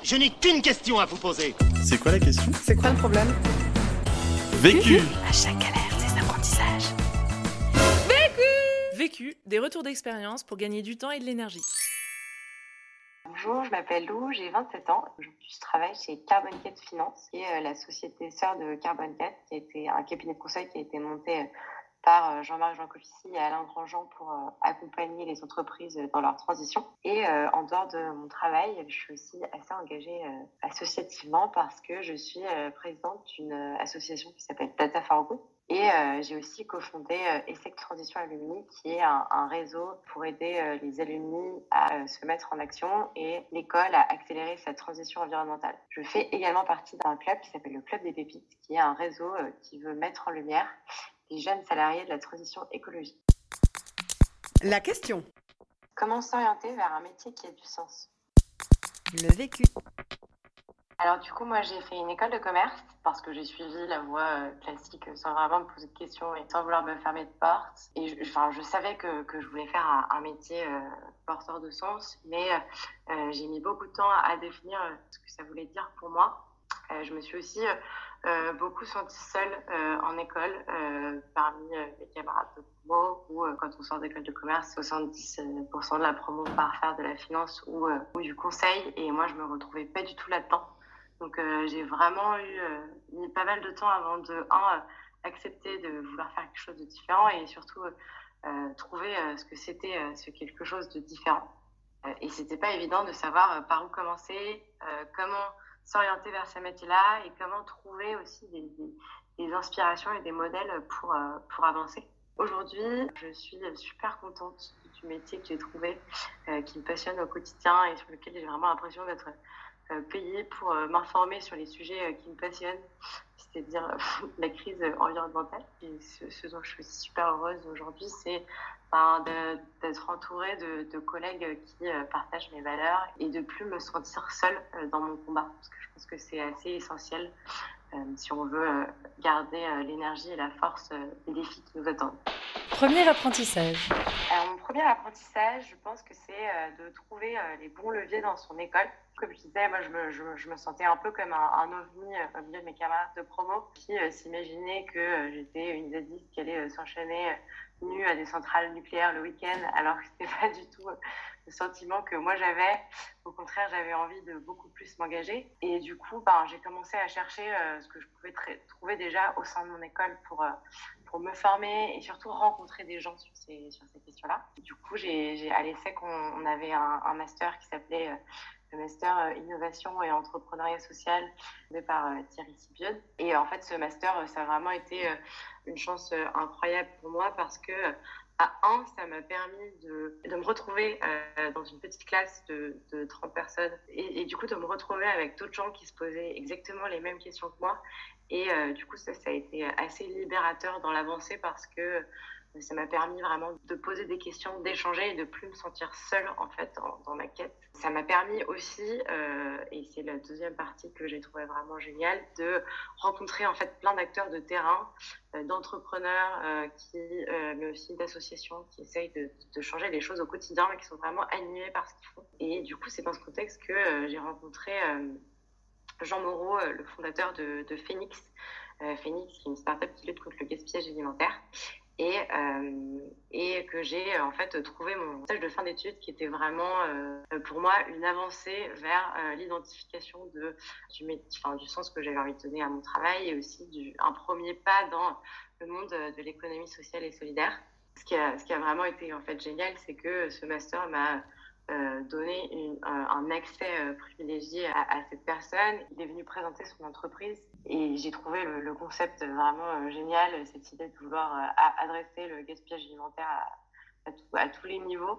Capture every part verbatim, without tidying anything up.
Je n'ai qu'une question à vous poser. C'est quoi la question ? C'est quoi le problème ? Vécu. À chaque galère, des apprentissages. Vécu Vécu, des retours d'expérience pour gagner du temps et de l'énergie. Bonjour, je m'appelle Lou, j'ai vingt-sept ans. Aujourd'hui, je travaille chez Carbon quatre Finance, qui est la société sœur de Carbon quatre, qui a été un cabinet de conseil qui a été monté par Jean-Marc Jancovici et Alain Grandjean pour accompagner les entreprises dans leur transition. Et euh, en dehors de mon travail, je suis aussi assez engagée euh, associativement parce que je suis euh, présidente d'une association qui s'appelle Data for Good. Et euh, j'ai aussi cofondé euh, ESSEC Transition Alumni, qui est un, un réseau pour aider euh, les alumni à euh, se mettre en action et l'école à accélérer sa transition environnementale. Je fais également partie d'un club qui s'appelle le Club des Pépites, qui est un réseau euh, qui veut mettre en lumière les jeunes salariés de la transition écologique. La question. Comment s'orienter vers un métier qui a du sens ? Le vécu. Alors du coup, moi j'ai fait une école de commerce parce que j'ai suivi la voie euh, classique sans vraiment me poser de questions et sans vouloir me fermer de porte. Et je, enfin, je savais que, que je voulais faire un, un métier euh, porteur de sens, mais euh, j'ai mis beaucoup de temps à définir euh, ce que ça voulait dire pour moi. Euh, je me suis aussi euh, euh, beaucoup sentie seule euh, en école euh, parmi euh, les camarades de promo où euh, quand on sort d'école de commerce, soixante-dix pour cent de la promo part faire de la finance ou, euh, ou du conseil et moi je me retrouvais pas du tout là-dedans. Donc euh, j'ai vraiment eu euh, mis pas mal de temps avant de un euh, accepter de vouloir faire quelque chose de différent et surtout euh, trouver euh, ce que c'était euh, ce quelque chose de différent. Euh, et c'était pas évident de savoir euh, par où commencer, euh, comment s'orienter vers ce métier-là et comment trouver aussi des, des, des inspirations et des modèles pour euh, pour avancer. Aujourd'hui, je suis super contente du métier que j'ai trouvé, euh, qui me passionne au quotidien et sur lequel j'ai vraiment l'impression d'être Euh, payée pour euh, m'informer sur les sujets euh, qui me passionnent, c'est-à-dire euh, la crise environnementale. Et ce, ce dont je suis super heureuse aujourd'hui, c'est ben, de, d'être entourée de, de collègues qui euh, partagent mes valeurs et de plus me sentir seule euh, dans mon combat, parce que je pense que c'est assez essentiel euh, si on veut euh, garder euh, l'énergie et la force euh, des défis qui nous attendent. Premier apprentissage. Alors, mon premier apprentissage, je pense que c'est euh, de trouver euh, les bons leviers dans son école. Comme je disais, moi, je me, je, je me sentais un peu comme un, un ovni euh, au milieu de mes camarades de promo qui euh, s'imaginaient que euh, j'étais une zadiste qui allait euh, s'enchaîner euh, nue à des centrales nucléaires le week-end, alors que c'était pas du tout euh, le sentiment que moi j'avais. Au contraire, j'avais envie de beaucoup plus m'engager. Et du coup, ben, j'ai commencé à chercher euh, ce que je pouvais tra- trouver déjà au sein de mon école pour, euh, pour me former et surtout rencontrer des gens sur ces, sur ces questions-là. Du coup, j'ai, j'ai, à l'ESSEC, on, on avait un, un master qui s'appelait euh, le master euh, Innovation et Entrepreneuriat Social, fait par euh, Thierry Sibiod. Et en fait, ce master, euh, ça a vraiment été euh, une chance euh, incroyable pour moi parce que à un, ça m'a permis de, de me retrouver euh, dans une petite classe de, de trente personnes et, et du coup de me retrouver avec d'autres gens qui se posaient exactement les mêmes questions que moi. Et euh, du coup, ça, ça a été assez libérateur dans l'avancée parce que ça m'a permis vraiment de poser des questions, d'échanger et de plus me sentir seule en fait dans, dans ma quête. Ça m'a permis aussi, euh, et c'est la deuxième partie que j'ai trouvé vraiment géniale, de rencontrer en fait plein d'acteurs de terrain, euh, d'entrepreneurs, euh, qui, euh, mais aussi d'associations qui essayent de, de changer les choses au quotidien et qui sont vraiment animés par ce qu'ils font. Et du coup, c'est dans ce contexte que euh, j'ai rencontré euh, Jean Moreau, euh, le fondateur de, de Phoenix. Euh, Phoenix, qui est une start-up qui lutte contre le gaspillage alimentaire. Et, euh, et que j'ai en fait trouvé mon stage de fin d'études qui était vraiment euh, pour moi une avancée vers euh, l'identification de, du, enfin, du sens que j'avais envie de donner à mon travail et aussi du, un premier pas dans le monde de l'économie sociale et solidaire. Ce qui a, ce qui a vraiment été en fait génial, c'est que ce master m'a Euh, donner une, un, un accès euh, privilégié à, à cette personne. Il est venu présenter son entreprise et j'ai trouvé le, le concept vraiment euh, génial, cette idée de vouloir euh, adresser le gaspillage alimentaire à, à, tout, à tous les niveaux,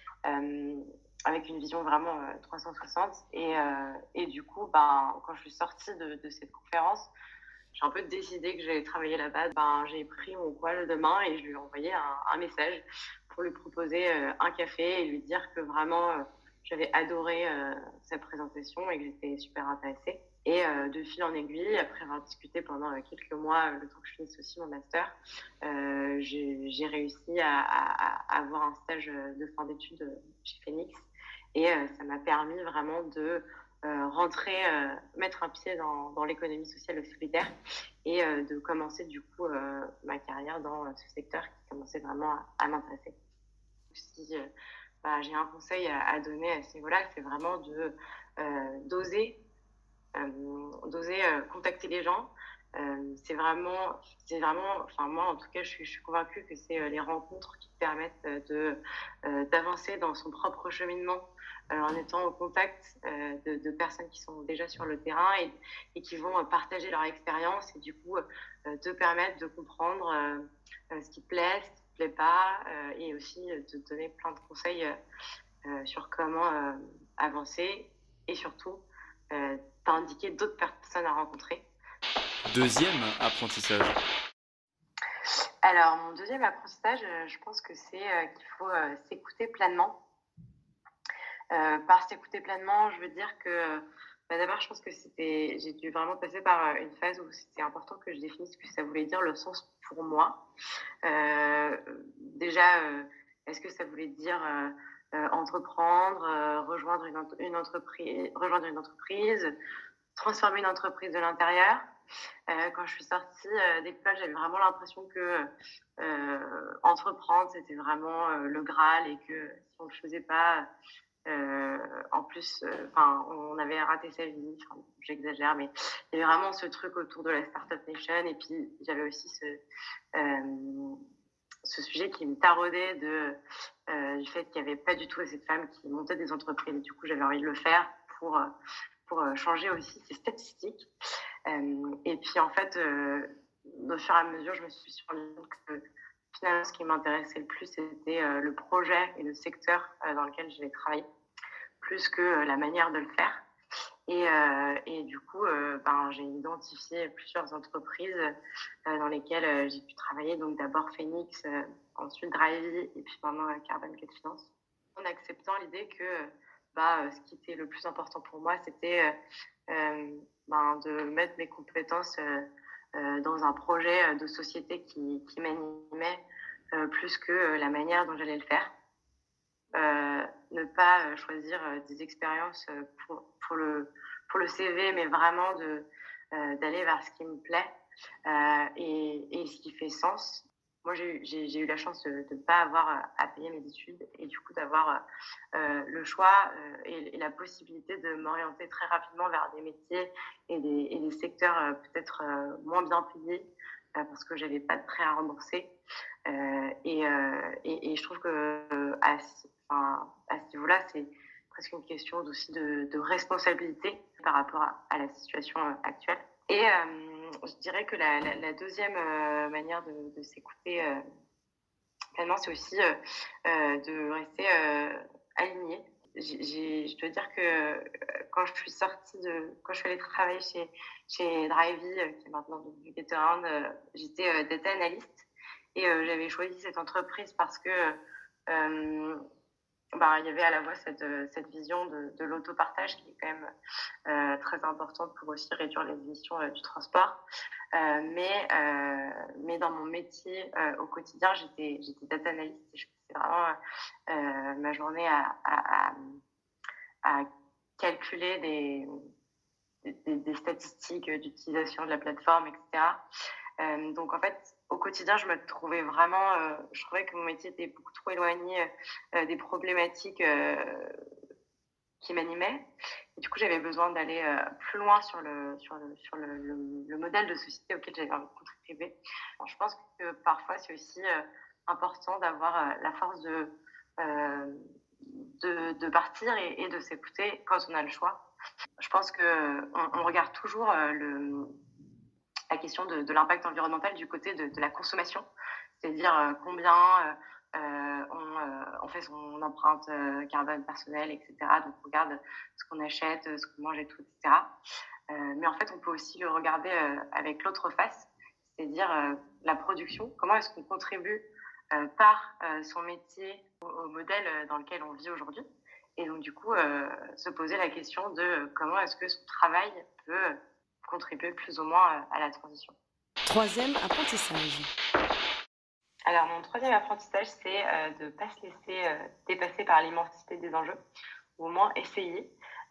euh, avec une vision vraiment euh, trois cent soixante. Et, euh, et du coup, ben, quand je suis sortie de, de cette conférence, j'ai un peu décidé que j'allais travailler là-bas. Ben, j'ai pris mon poil de main et je lui ai envoyé un, un message pour lui proposer euh, un café et lui dire que vraiment euh, j'avais adoré euh, sa présentation et que j'étais super intéressée. Et euh, de fil en aiguille, après avoir discuté pendant euh, quelques mois, euh, le temps que je finisse aussi mon master, euh, j'ai, j'ai réussi à, à, à avoir un stage de fin d'études chez Phoenix. Et euh, ça m'a permis vraiment de euh, rentrer, euh, mettre un pied dans, dans l'économie sociale et solidaire et euh, de commencer du coup euh, ma carrière dans euh, ce secteur qui commençait vraiment à, à m'intéresser. Si euh, bah, j'ai un conseil à, à donner à ce niveau-là, c'est vraiment de euh, d'oser, euh, d'oser euh, contacter les gens. Euh, c'est vraiment, c'est vraiment, enfin moi en tout cas, je suis, je suis convaincue que c'est euh, les rencontres qui permettent euh, de euh, d'avancer dans son propre cheminement euh, en étant au contact euh, de, de personnes qui sont déjà sur le terrain et, et qui vont euh, partager leur expérience et du coup euh, te permettre de comprendre euh, euh, ce qui te plaît, ce qui te plaît pas euh, et aussi euh, de te donner plein de conseils euh, euh, sur comment euh, avancer et surtout euh, t'indiquer d'autres personnes à rencontrer. Deuxième apprentissage. Alors, mon deuxième apprentissage, euh, je pense que c'est euh, qu'il faut euh, s'écouter pleinement. Euh, par s'écouter pleinement, je veux dire que, bah, d'abord, je pense que c'était, j'ai dû vraiment passer par euh, une phase où c'était important que je définisse ce que ça voulait dire le sens pour moi. Euh, déjà, euh, est-ce que ça voulait dire euh, euh, entreprendre, euh, rejoindre une, ent- une entreprise, rejoindre une entreprise, transformer une entreprise de l'intérieur. Euh, quand je suis sortie euh, d'école, j'avais vraiment l'impression que euh, entreprendre, c'était vraiment euh, le Graal et que si on ne le faisait pas, euh, en plus, enfin, euh, on avait raté sa vie. Enfin, j'exagère, mais il y avait vraiment ce truc autour de la Startup Nation. Et puis, j'avais aussi ce, euh, ce sujet qui me taraudait de, euh, du fait qu'il n'y avait pas du tout assez de femmes qui montaient des entreprises. Et du coup, j'avais envie de le faire pour, pour changer aussi ces statistiques. Euh, et puis en fait, euh, au fur et à mesure, je me suis rendu compte que finalement, ce qui m'intéressait le plus, c'était euh, le projet et le secteur euh, dans lequel je vais travailler, plus que euh, la manière de le faire. Et, euh, et du coup, euh, ben, j'ai identifié plusieurs entreprises euh, dans lesquelles euh, j'ai pu travailler. Donc d'abord Phoenix, euh, ensuite Drivey et puis maintenant euh, Carbon Cat Finance. En acceptant l'idée que bah, ce qui était le plus important pour moi, c'était euh, euh, ben, de mettre mes compétences euh, euh, dans un projet de société qui, qui m'animait euh, plus que euh, la manière dont j'allais le faire. Euh, ne pas euh, choisir euh, des expériences euh, pour, pour, le, pour le C V, mais vraiment de, euh, d'aller vers ce qui me plaît euh, et, et ce qui fait sens. Moi, j'ai, j'ai, j'ai eu la chance de ne pas avoir à payer mes études et du coup d'avoir euh, le choix euh, et, et la possibilité de m'orienter très rapidement vers des métiers et des, et des secteurs euh, peut-être euh, moins bien payés euh, parce que j'avais pas de prêt à rembourser. Euh, et, euh, et, et je trouve que euh, à, enfin, à ce niveau-là, c'est presque une question aussi de, de responsabilité par rapport à, à la situation actuelle. Et euh, je dirais que la, la, la deuxième euh, manière de, de s'écouter euh, pleinement, c'est aussi euh, euh, de rester euh, aligné. J'ai, j'ai, je dois dire que euh, quand je suis sortie de, quand je suis allée travailler chez chez Drivey, euh, qui est maintenant devenu GetAround, euh, j'étais euh, data analyst et euh, j'avais choisi cette entreprise parce que euh, bah, il y avait à la fois cette, cette vision de, de l'autopartage qui est quand même euh, très importante pour aussi réduire les émissions euh, du transport. Euh, mais, euh, mais dans mon métier euh, au quotidien, j'étais, j'étais data analyst et je passais vraiment euh, ma journée à, à, à, à calculer des, des, des statistiques d'utilisation de la plateforme, et cetera. Euh, donc en fait, au quotidien, je me trouvais vraiment, euh, je trouvais que mon métier était beaucoup trop éloigné euh, des problématiques euh, qui m'animaient. Et du coup, j'avais besoin d'aller euh, plus loin sur le sur le sur le, le, le modèle de société auquel j'avais envie de contribuer. Alors, je pense que parfois, c'est aussi euh, important d'avoir euh, la force de euh, de, de partir et, et de s'écouter quand on a le choix. Je pense que on, on regarde toujours euh, le la question de, de l'impact environnemental du côté de, de la consommation, c'est-à-dire euh, combien euh, on, euh, on fait son empreinte euh, carbone personnelle, et cetera. Donc on regarde ce qu'on achète, ce qu'on mange et tout, et cetera. Euh, mais en fait, on peut aussi le regarder euh, avec l'autre face, c'est-à-dire euh, la production. Comment est-ce qu'on contribue euh, par euh, son métier au, au modèle dans lequel on vit aujourd'hui? Et donc du coup, euh, se poser la question de comment est-ce que son travail peut contribuer plus ou moins à la transition. Troisième apprentissage. Alors, mon troisième apprentissage, c'est euh, de ne pas se laisser euh, dépasser par l'immensité des enjeux, ou au moins essayer.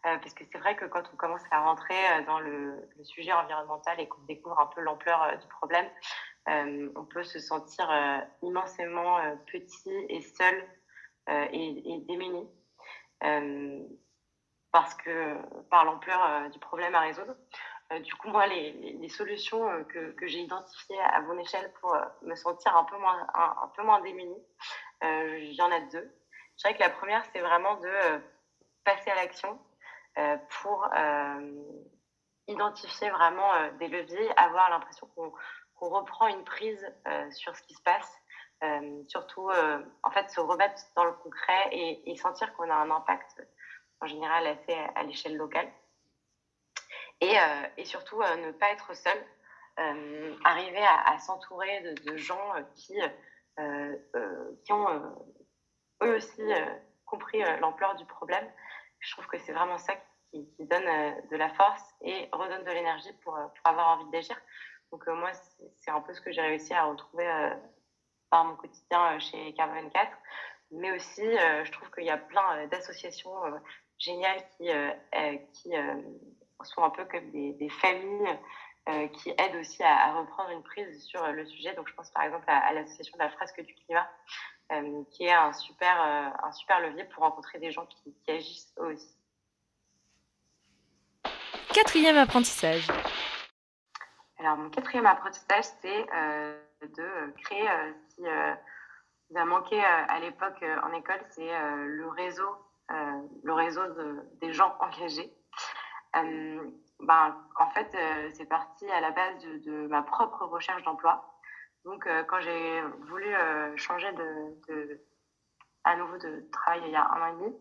euh, parce que c'est vrai que quand on commence à rentrer dans le, le sujet environnemental et qu'on découvre un peu l'ampleur euh, du problème, euh, on peut se sentir euh, immensément euh, petit et seul euh, et, et démuni, euh, parce que par l'ampleur euh, du problème à résoudre. Euh, du coup, moi, les, les, les solutions euh, que, que j'ai identifiées à mon échelle pour euh, me sentir un peu moins, un, un peu moins démunie, euh, il y en a deux. Je dirais que la première, c'est vraiment de euh, passer à l'action euh, pour euh, identifier vraiment euh, des leviers, avoir l'impression qu'on, qu'on reprend une prise euh, sur ce qui se passe, euh, surtout euh, en fait se remettre dans le concret et, et sentir qu'on a un impact en général assez à, à l'échelle locale. Et, euh, et surtout euh, ne pas être seul, euh, arriver à, à s'entourer de, de gens qui, euh, euh, qui ont euh, eux aussi euh, compris euh, l'ampleur du problème. Je trouve que c'est vraiment ça qui, qui donne euh, de la force et redonne de l'énergie pour, euh, pour avoir envie d'agir. Donc euh, moi, c'est, c'est un peu ce que j'ai réussi à retrouver euh, par mon quotidien euh, chez Carbone vingt-quatre. Mais aussi, euh, je trouve qu'il y a plein euh, d'associations euh, géniales qui, euh, euh, qui euh, sont un peu comme des, des familles euh, qui aident aussi à, à reprendre une prise sur euh, le sujet. Donc je pense par exemple à, à l'association de la fresque du climat, euh, qui est un super, euh, un super levier pour rencontrer des gens qui, qui agissent eux aussi. Quatrième apprentissage. Alors mon quatrième apprentissage, c'est euh, de créer, euh, ce qui euh, nous a manqué euh, à l'époque euh, en école, c'est euh, le réseau, euh, le réseau de, des gens engagés. Euh, ben, en fait, euh, c'est parti à la base de, de ma propre recherche d'emploi. Donc, euh, quand j'ai voulu euh, changer de, de, à nouveau de travail il y a un an et demi,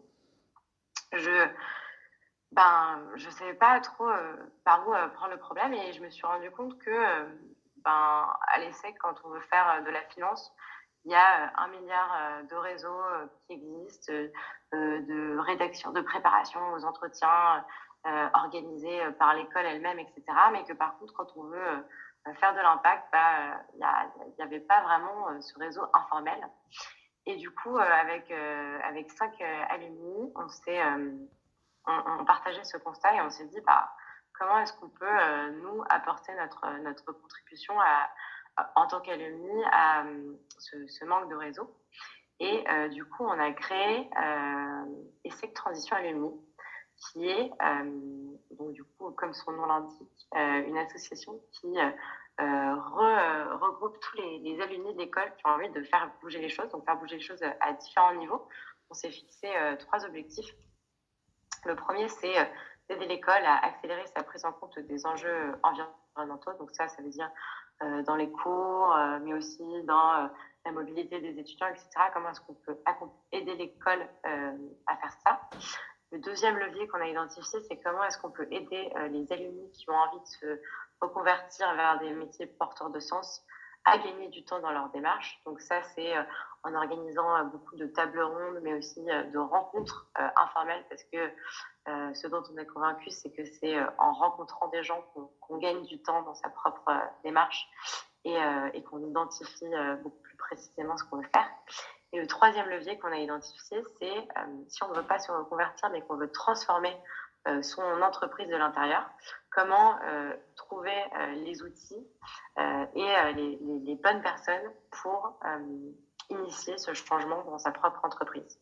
je ben, je savais pas trop euh, par où euh, prendre le problème et je me suis rendu compte que euh, ben, à l'ESSEC, quand on veut faire euh, de la finance, il y a euh, un milliard euh, de réseaux euh, qui existent, euh, de rédaction, de préparation aux entretiens euh, organisés euh, par l'école elle-même, et cetera. Mais que par contre, quand on veut euh, faire de l'impact, bah, il n'y avait pas vraiment euh, ce réseau informel. Et du coup, euh, avec, euh, avec cinq euh, alumni, on s'est... Euh, On, on partageait ce constat et on s'est dit bah, comment est-ce qu'on peut euh, nous apporter notre, notre contribution à, à, en tant qu'alumni à, à ce, ce manque de réseau. Et euh, du coup on a créé euh, ESSEC Transition Alumni, qui est euh, donc du coup comme son nom l'indique euh, une association qui euh, re, regroupe tous les, les alumni de l'école qui ont envie de faire bouger les choses, donc faire bouger les choses à différents niveaux. On s'est fixé euh, trois objectifs. Le premier, c'est d'aider l'école à accélérer sa prise en compte des enjeux environnementaux. Donc ça, ça veut dire euh, dans les cours, euh, mais aussi dans euh, la mobilité des étudiants, et cetera. Comment est-ce qu'on peut aider l'école euh, à faire ça? Le deuxième levier qu'on a identifié, c'est comment est-ce qu'on peut aider euh, les alumni qui ont envie de se reconvertir vers des métiers porteurs de sens à gagner du temps dans leur démarche. Donc ça, c'est euh, en organisant euh, beaucoup de tables rondes, mais aussi euh, de rencontres euh, informelles, parce que euh, ce dont on est convaincu, c'est que c'est euh, en rencontrant des gens qu'on, qu'on gagne du temps dans sa propre euh, démarche et, euh, et qu'on identifie euh, beaucoup plus précisément ce qu'on veut faire. Et le troisième levier qu'on a identifié, c'est euh, si on ne veut pas se reconvertir, mais qu'on veut transformer euh, son entreprise de l'intérieur, comment euh, trouver euh, les outils euh, et euh, les, les, les bonnes personnes pour euh, initier ce changement dans sa propre entreprise.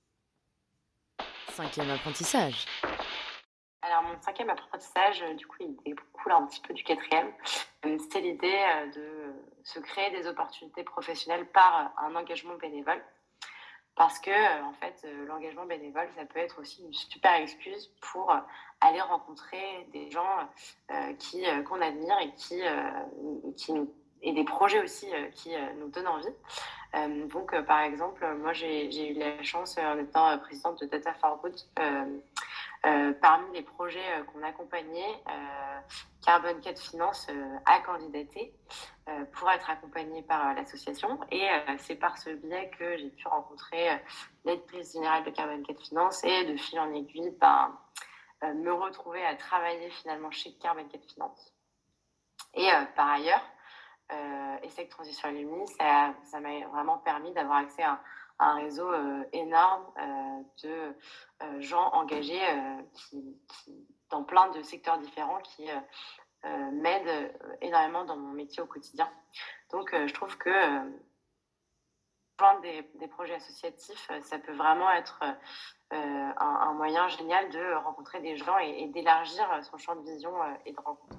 Cinquième apprentissage. Alors mon cinquième apprentissage, du coup, il découle un petit peu du quatrième. C'est l'idée de se créer des opportunités professionnelles par un engagement bénévole. Parce que, en fait, l'engagement bénévole, ça peut être aussi une super excuse pour aller rencontrer des gens euh, qui, euh, qu'on admire et qui, euh, qui nous, et des projets aussi euh, qui euh, nous donnent envie. Euh, donc, euh, par exemple, moi, j'ai, j'ai eu la chance, euh, en étant euh, présidente de Data for Good, euh, euh, parmi les projets euh, qu'on accompagnait, euh, Carbone quatre Finance euh, a candidaté euh, pour être accompagné par euh, l'association. Et euh, c'est par ce biais que j'ai pu rencontrer euh, l'aide-directrice générale de Carbone quatre Finance et de fil en aiguille, ben, euh, me retrouver à travailler finalement chez Carbone quatre Finance. Et euh, par ailleurs, euh, ESSEC Transition Alumni, ça, ça m'a vraiment permis d'avoir accès à un réseau euh, énorme euh, de euh, gens engagés euh, qui, qui, dans plein de secteurs différents qui euh, euh, m'aident énormément dans mon métier au quotidien. Donc, euh, je trouve que euh, rejoindre des, des projets associatifs, ça peut vraiment être euh, un, un moyen génial de rencontrer des gens et, et d'élargir son champ de vision euh, et de rencontre.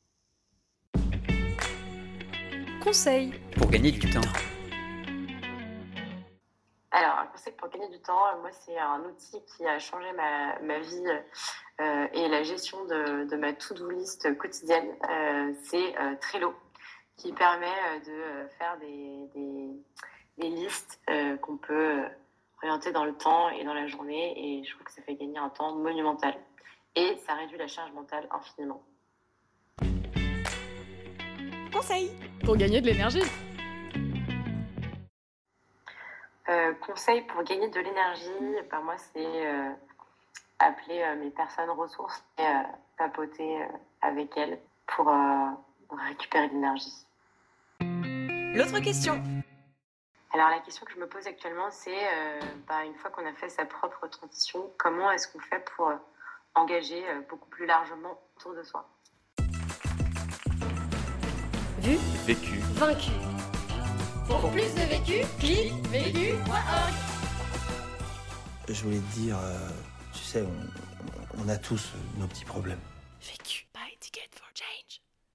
Conseil Pour gagner du temps. Alors, un conseil pour gagner du temps, moi, c'est un outil qui a changé ma, ma vie euh, et la gestion de, de ma to-do list quotidienne. Euh, c'est euh, Trello, qui permet euh, de faire des, des, des listes euh, qu'on peut orienter dans le temps et dans la journée. Et je trouve que ça fait gagner un temps monumental. Et ça réduit la charge mentale infiniment. Conseil pour gagner de l'énergie. Euh, conseil pour gagner de l'énergie, ben moi c'est euh, appeler euh, mes personnes ressources et euh, papoter euh, avec elles pour euh, récupérer de l'énergie. L'autre question. Alors la question que je me pose actuellement c'est, euh, ben, une fois qu'on a fait sa propre transition, comment est-ce qu'on fait pour euh, engager euh, beaucoup plus largement autour de soi? Vu, Vécu. vaincu. Pour plus de vécu, clique vécu point org. Je voulais te dire, euh, tu sais, on, on a tous nos petits problèmes. Vécu. Buy ticket for Jane.